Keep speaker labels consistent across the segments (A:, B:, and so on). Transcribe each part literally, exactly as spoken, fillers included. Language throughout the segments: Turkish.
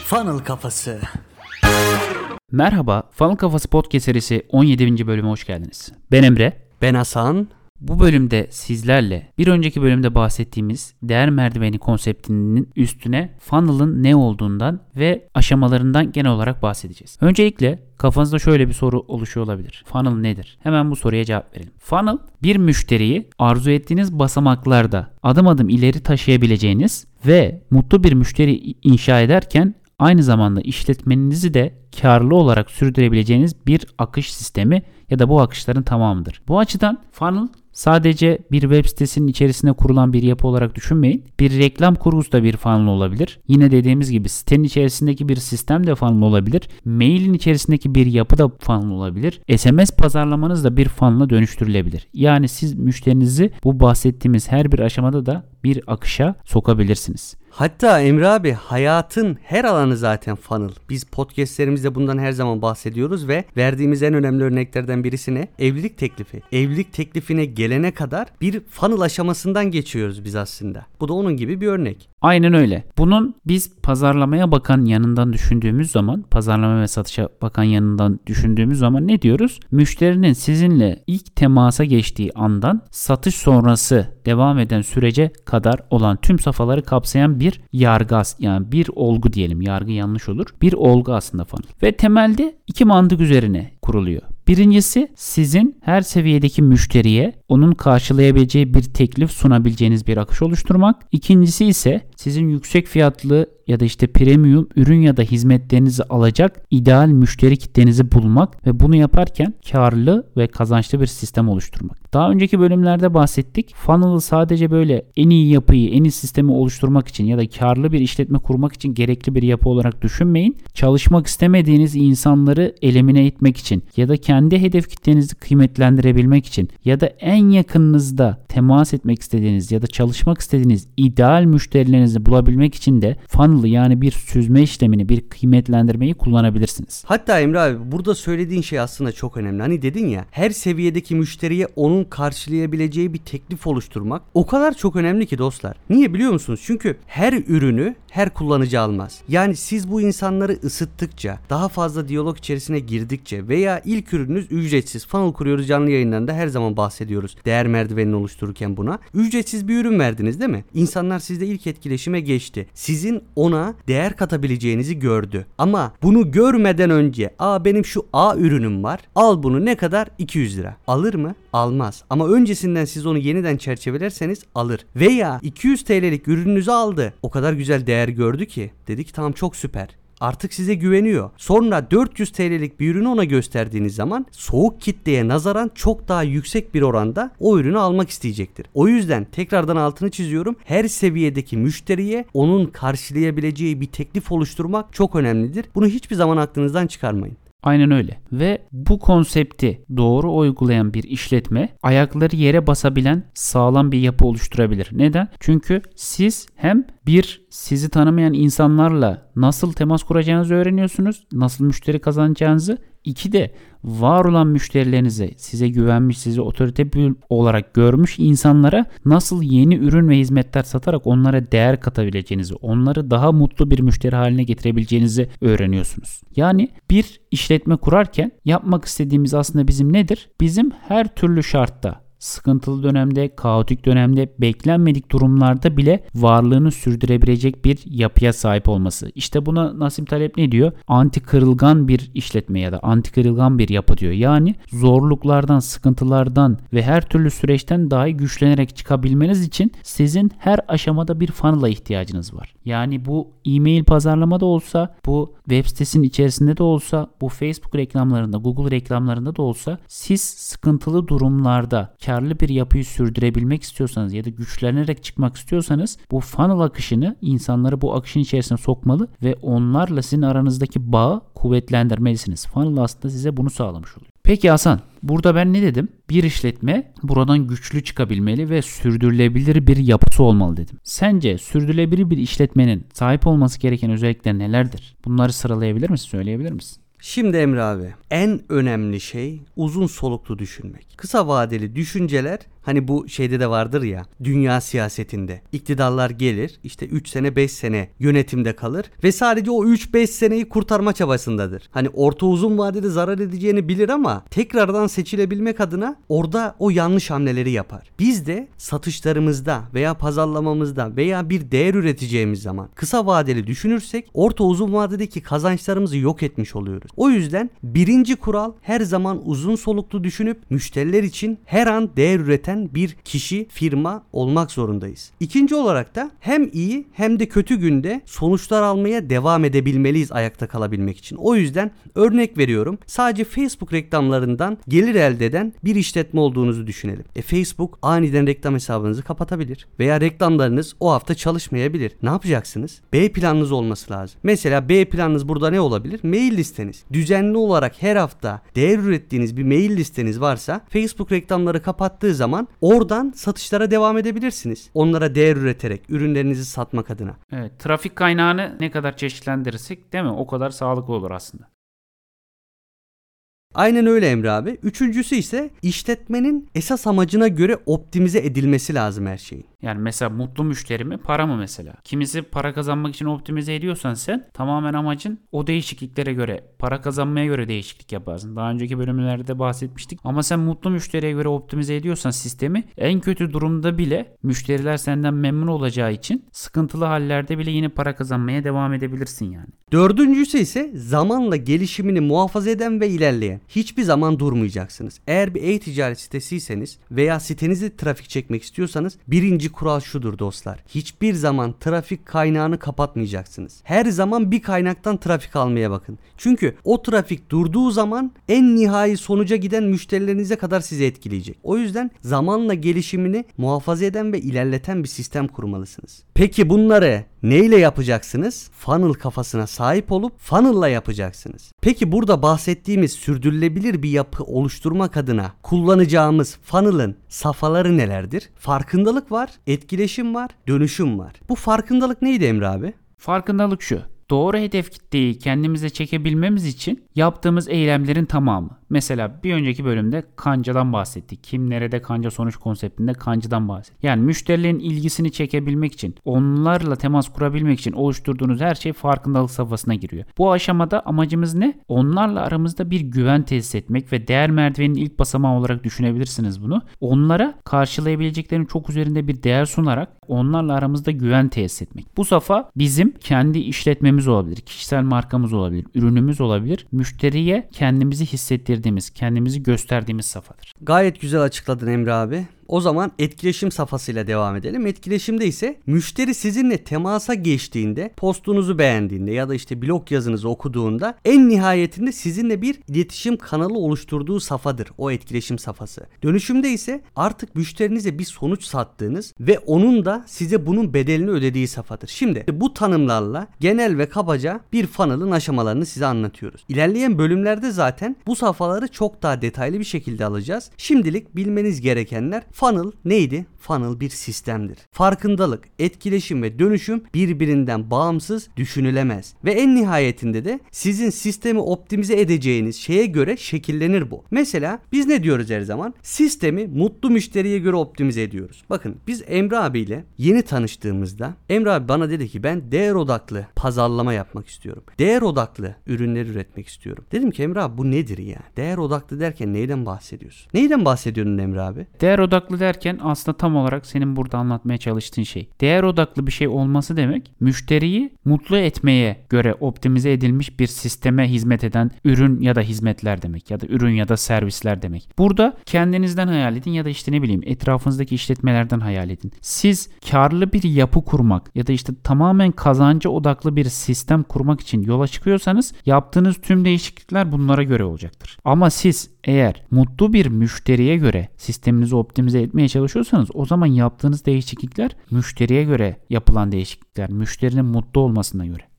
A: Funnel Kafası.
B: Merhaba, Funnel Kafası podcast serisi on yedinci bölüme hoş geldiniz. Ben Emre.
A: Ben Hasan.
B: Bu bölümde sizlerle bir önceki bölümde bahsettiğimiz değer merdiveni konseptinin üstüne funnel'ın ne olduğundan ve aşamalarından genel olarak bahsedeceğiz. Öncelikle kafanızda şöyle bir soru oluşuyor olabilir. Funnel nedir? Hemen bu soruya cevap verelim. Funnel, bir müşteriyi arzu ettiğiniz basamaklarda adım adım ileri taşıyabileceğiniz ve mutlu bir müşteri inşa ederken aynı zamanda işletmenizi de karlı olarak sürdürebileceğiniz bir akış sistemi ya da bu akışların tamamıdır. Bu açıdan funnel sadece bir web sitesinin içerisine kurulan bir yapı olarak düşünmeyin. Bir reklam kurgusu da bir funnel olabilir. Yine dediğimiz gibi sitenin içerisindeki bir sistem de funnel olabilir. Mailin içerisindeki bir yapı da funnel olabilir. S M S pazarlamanız da bir funnel'a dönüştürülebilir. Yani siz müşterinizi bu bahsettiğimiz her bir aşamada da bir akışa sokabilirsiniz.
A: Hatta Emre abi, hayatın her alanı zaten funnel. Biz podcastlerimizde bundan her zaman bahsediyoruz ve verdiğimiz en önemli örneklerden birisi ne? Evlilik teklifi. Evlilik teklifine gelene kadar bir funnel aşamasından geçiyoruz biz aslında. Bu da onun gibi bir örnek.
B: Aynen öyle. Bunun biz pazarlamaya bakan yanından düşündüğümüz zaman, pazarlama ve satışa bakan yanından düşündüğümüz zaman ne diyoruz? Müşterinin sizinle ilk temasa geçtiği andan satış sonrası devam eden sürece kadar olan tüm safhaları kapsayan bir yargı, yani bir olgu diyelim. Yargı yanlış olur. Bir olgu aslında funnel. Ve temelde iki mantık üzerine kuruluyor. Birincisi, sizin her seviyedeki müşteriye onun karşılayabileceği bir teklif sunabileceğiniz bir akış oluşturmak. İkincisi ise sizin yüksek fiyatlı ya da işte premium ürün ya da hizmetlerinizi alacak ideal müşteri kitlenizi bulmak ve bunu yaparken karlı ve kazançlı bir sistem oluşturmak. Daha önceki bölümlerde bahsettik. Funnel'ı sadece böyle en iyi yapıyı, en iyi sistemi oluşturmak için ya da karlı bir işletme kurmak için gerekli bir yapı olarak düşünmeyin. Çalışmak istemediğiniz insanları elimine etmek için ya da kendi hedef kitlenizi kıymetlendirebilmek için ya da en yakınınızda temas etmek istediğiniz ya da çalışmak istediğiniz ideal müşterilerinizi bulabilmek için de funnel, yani bir süzme işlemini, bir kıymetlendirmeyi kullanabilirsiniz.
A: Hatta Emre abi, burada söylediğin şey aslında çok önemli. Hani dedin ya, her seviyedeki müşteriye onun karşılayabileceği bir teklif oluşturmak o kadar çok önemli ki dostlar. Niye biliyor musunuz? Çünkü her ürünü her kullanıcı almaz. Yani siz bu insanları ısıttıkça, daha fazla diyalog içerisine girdikçe veya ilk ürününüz ücretsiz, funnel kuruyoruz canlı yayınlarında her zaman bahsediyoruz. Değer merdivenini oluştururken buna. Ücretsiz bir ürün verdiniz değil mi? İnsanlar sizle ilk etkileşime geçti. Sizin ona değer katabileceğinizi gördü. Ama bunu görmeden önce, aa benim şu A ürünüm var, al bunu, ne kadar? iki yüz lira. Alır mı? Almaz. Ama öncesinden siz onu yeniden çerçevelerseniz alır. Veya iki yüz TL'lik ürününüzü aldı. O kadar güzel değer gördü ki dedi ki tamam, çok süper. Artık size güveniyor. Sonra dört yüz TL'lik bir ürünü ona gösterdiğiniz zaman soğuk kitleye nazaran çok daha yüksek bir oranda o ürünü almak isteyecektir. O yüzden tekrardan altını çiziyorum. Her seviyedeki müşteriye onun karşılayabileceği bir teklif oluşturmak çok önemlidir. Bunu hiçbir zaman aklınızdan çıkarmayın.
B: Aynen öyle. Ve bu konsepti doğru uygulayan bir işletme ayakları yere basabilen sağlam bir yapı oluşturabilir. Neden? Çünkü siz hem bir sizi tanımayan insanlarla nasıl temas kuracağınızı öğreniyorsunuz, nasıl müşteri kazanacağınızı. İki de var olan müşterilerinize, size güvenmiş, sizi otorite olarak görmüş insanlara nasıl yeni ürün ve hizmetler satarak onlara değer katabileceğinizi, onları daha mutlu bir müşteri haline getirebileceğinizi öğreniyorsunuz. Yani bir işletme kurarken yapmak istediğimiz aslında bizim nedir? Bizim her türlü şartta, sıkıntılı dönemde, kaotik dönemde, beklenmedik durumlarda bile varlığını sürdürebilecek bir yapıya sahip olması. İşte buna Nassim Taleb ne diyor? Anti kırılgan bir işletme ya da anti kırılgan bir yapı diyor. Yani zorluklardan, sıkıntılardan ve her türlü süreçten dahi güçlenerek çıkabilmeniz için sizin her aşamada bir funnel'a ihtiyacınız var. Yani bu e-mail pazarlamada olsa, bu web sitesinin içerisinde de olsa, bu Facebook reklamlarında, Google reklamlarında da olsa, siz sıkıntılı durumlarda karlı bir yapıyı sürdürebilmek istiyorsanız ya da güçlenerek çıkmak istiyorsanız bu funnel akışını, insanları bu akışın içerisine sokmalı ve onlarla sizin aranızdaki bağı kuvvetlendirmelisiniz. Funnel aslında size bunu sağlamış oluyor. Peki Hasan, burada ben ne dedim? Bir işletme buradan güçlü çıkabilmeli ve sürdürülebilir bir yapısı olmalı dedim. Sence sürdürülebilir bir işletmenin sahip olması gereken özellikler nelerdir? Bunları sıralayabilir misin, söyleyebilir misin?
A: Şimdi Emre abi, en önemli şey uzun soluklu düşünmek. Kısa vadeli düşünceler Hani bu şeyde de vardır ya, dünya siyasetinde. İktidarlar gelir, işte üç sene beş sene yönetimde kalır ve sadece o üç beş seneyi kurtarma çabasındadır. Hani orta uzun vadede zarar edeceğini bilir ama tekrardan seçilebilmek adına orada o yanlış hamleleri yapar. Biz de satışlarımızda veya pazarlamamızda veya bir değer üreteceğimiz zaman kısa vadeli düşünürsek orta uzun vadedeki kazançlarımızı yok etmiş oluyoruz. O yüzden birinci kural, her zaman uzun soluklu düşünüp müşteriler için her an değer üreten bir kişi, firma olmak zorundayız. İkinci olarak da hem iyi hem de kötü günde sonuçlar almaya devam edebilmeliyiz ayakta kalabilmek için. O yüzden örnek veriyorum, sadece Facebook reklamlarından gelir elde eden bir işletme olduğunuzu düşünelim. E Facebook aniden reklam hesabınızı kapatabilir veya reklamlarınız o hafta çalışmayabilir. Ne yapacaksınız? B planınız olması lazım. Mesela B planınız burada ne olabilir? Mail listeniz. Düzenli olarak her hafta değer ürettiğiniz bir mail listeniz varsa Facebook reklamları kapattığı zaman oradan satışlara devam edebilirsiniz. Onlara değer üreterek ürünlerinizi satmak adına.
B: Evet, trafik kaynağını ne kadar çeşitlendirirsek değil mi? O kadar sağlıklı olur aslında.
A: Aynen öyle Emre abi. Üçüncüsü ise işletmenin esas amacına göre optimize edilmesi lazım her şeyin.
B: Yani mesela mutlu müşteri mi, para mı mesela? Kimisi para kazanmak için optimize ediyorsan sen tamamen amacın o değişikliklere göre, para kazanmaya göre değişiklik yaparsın. Daha önceki bölümlerde de bahsetmiştik. Ama sen mutlu müşteriye göre optimize ediyorsan sistemi, en kötü durumda bile müşteriler senden memnun olacağı için sıkıntılı hallerde bile yine para kazanmaya devam edebilirsin yani.
A: Dördüncüsü ise zamanla gelişimini muhafaza eden ve ilerleyen. Hiçbir zaman durmayacaksınız. Eğer bir e-ticaret sitesiyseniz veya sitenizde trafik çekmek istiyorsanız birinci kural şudur dostlar. Hiçbir zaman trafik kaynağını kapatmayacaksınız. Her zaman bir kaynaktan trafik almaya bakın. Çünkü o trafik durduğu zaman en nihai sonuca giden müşterilerinize kadar sizi etkileyecek. O yüzden zamanla gelişimini muhafaza eden ve ilerleten bir sistem kurmalısınız. Peki bunları neyle yapacaksınız? Funnel kafasına sahip olup funnel'la yapacaksınız. Peki burada bahsettiğimiz sürdürülebilir bir yapı oluşturmak adına kullanacağımız funnel'ın safhaları nelerdir? Farkındalık var, etkileşim var, dönüşüm var. Bu farkındalık neydi Emre abi?
B: Farkındalık şu: doğru hedef kitleyi kendimize çekebilmemiz için yaptığımız eylemlerin tamamı. Mesela bir önceki bölümde kancadan bahsettik. Kim nerede kanca sonuç konseptinde kancadan bahsettik. Yani müşterilerin ilgisini çekebilmek için, onlarla temas kurabilmek için oluşturduğunuz her şey farkındalık safhasına giriyor. Bu aşamada amacımız ne? Onlarla aramızda bir güven tesis etmek ve değer merdiveninin ilk basamağı olarak düşünebilirsiniz bunu. Onlara karşılayabileceklerinin çok üzerinde bir değer sunarak onlarla aramızda güven tesis etmek. Bu safha bizim kendi işletmemiz olabilir, kişisel markamız olabilir, ürünümüz olabilir. Müşteriye kendimizi hissettirdiğimiz, kendimizi gösterdiğimiz safhadır.
A: Gayet güzel açıkladın Emre abi. O zaman etkileşim safhasıyla devam edelim. Etkileşimde ise müşteri sizinle temasa geçtiğinde, postunuzu beğendiğinde ya da işte blog yazınızı okuduğunda en nihayetinde sizinle bir iletişim kanalı oluşturduğu safhadır o etkileşim safhası. Dönüşümde ise artık müşterinize bir sonuç sattığınız ve onun da size bunun bedelini ödediği safhadır. Şimdi bu tanımlarla genel ve kabaca bir funnel'ın aşamalarını size anlatıyoruz. İlerleyen bölümlerde zaten bu safhaları çok daha detaylı bir şekilde alacağız. Şimdilik bilmeniz gerekenler: funnel neydi? Funnel bir sistemdir. Farkındalık, etkileşim ve dönüşüm birbirinden bağımsız düşünülemez. Ve en nihayetinde de sizin sistemi optimize edeceğiniz şeye göre şekillenir bu. Mesela biz ne diyoruz her zaman? Sistemi mutlu müşteriye göre optimize ediyoruz. Bakın biz Emre abiyle yeni tanıştığımızda Emre abi bana dedi ki ben değer odaklı pazarlama yapmak istiyorum. Değer odaklı ürünler üretmek istiyorum. Dedim ki Emre abi bu nedir ya? Değer odaklı derken neyden bahsediyorsun? Neyden bahsediyorsun Emre abi?
B: Değer odaklı derken aslında tam olarak senin burada anlatmaya çalıştığın şey. Değer odaklı bir şey olması demek, müşteriyi mutlu etmeye göre optimize edilmiş bir sisteme hizmet eden ürün ya da hizmetler demek, ya da ürün ya da servisler demek. Burada kendinizden hayal edin ya da işte ne bileyim etrafınızdaki işletmelerden hayal edin. Siz karlı bir yapı kurmak ya da işte tamamen kazanca odaklı bir sistem kurmak için yola çıkıyorsanız yaptığınız tüm değişiklikler bunlara göre olacaktır. Ama siz eğer mutlu bir müşteriye göre sisteminizi optimize etmeye çalışıyorsanız o zaman yaptığınız değişiklikler müşteriye göre yapılan değişiklikler, müşterinin mutlu olmasına göre.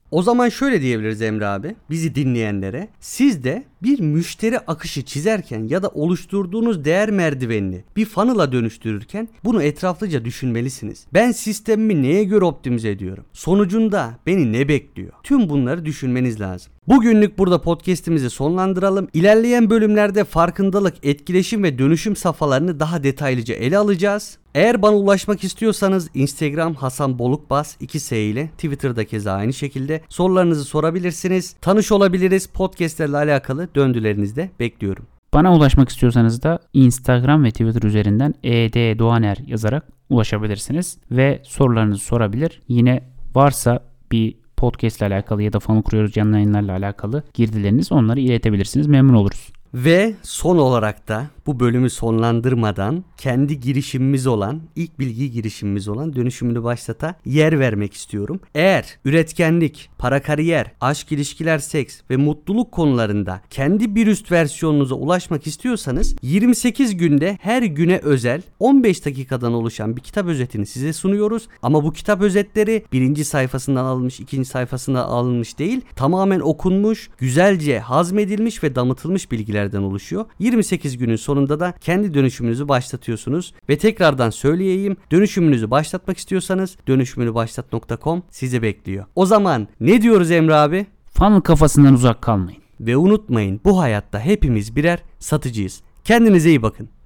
A: O zaman şöyle diyebiliriz Emre abi, bizi dinleyenlere. Siz de bir müşteri akışı çizerken ya da oluşturduğunuz değer merdivenini bir funnel'a dönüştürürken bunu etraflıca düşünmelisiniz. Ben sistemimi neye göre optimize ediyorum? Sonucunda beni ne bekliyor? Tüm bunları düşünmeniz lazım. Bugünlük burada podcast'imizi sonlandıralım. İlerleyen bölümlerde farkındalık, etkileşim ve dönüşüm safhalarını daha detaylıca ele alacağız. Eğer bana ulaşmak istiyorsanız Instagram Hasan Bolukbaz iki S ile, Twitter'da keza aynı şekilde sorularınızı sorabilirsiniz. Tanış olabiliriz. Podcast'lerle alakalı döndülerinizi de bekliyorum.
B: Bana ulaşmak istiyorsanız da Instagram ve Twitter üzerinden E D Doğaner yazarak ulaşabilirsiniz ve sorularınızı sorabilir. Yine varsa bir podcast ile alakalı ya da Funnel Kuruyoruz canlı yayınlarla alakalı girdileriniz, onları iletebilirsiniz. Memnun oluruz.
A: Ve son olarak da bu bölümü sonlandırmadan kendi girişimimiz olan, ilk bilgi girişimimiz olan dönüşümünü başlata yer vermek istiyorum. Eğer üretkenlik, para kariyer, aşk ilişkiler, seks ve mutluluk konularında kendi bir üst versiyonunuza ulaşmak istiyorsanız yirmi sekiz günde her güne özel on beş dakikadan oluşan bir kitap özetini size sunuyoruz. Ama bu kitap özetleri birinci sayfasından alınmış, ikinci sayfasından alınmış değil, tamamen okunmuş, güzelce hazmedilmiş ve damıtılmış bilgilerden oluşuyor. yirmi sekiz günün sonunda da kendi dönüşümünüzü başlatıyorsunuz. Ve tekrardan söyleyeyim, dönüşümünüzü başlatmak istiyorsanız dönüşümünü başlat nokta com sizi bekliyor. O zaman ne diyoruz Emre abi?
B: Funnel kafasından uzak kalmayın.
A: Ve unutmayın, bu hayatta hepimiz birer satıcıyız. Kendinize iyi bakın.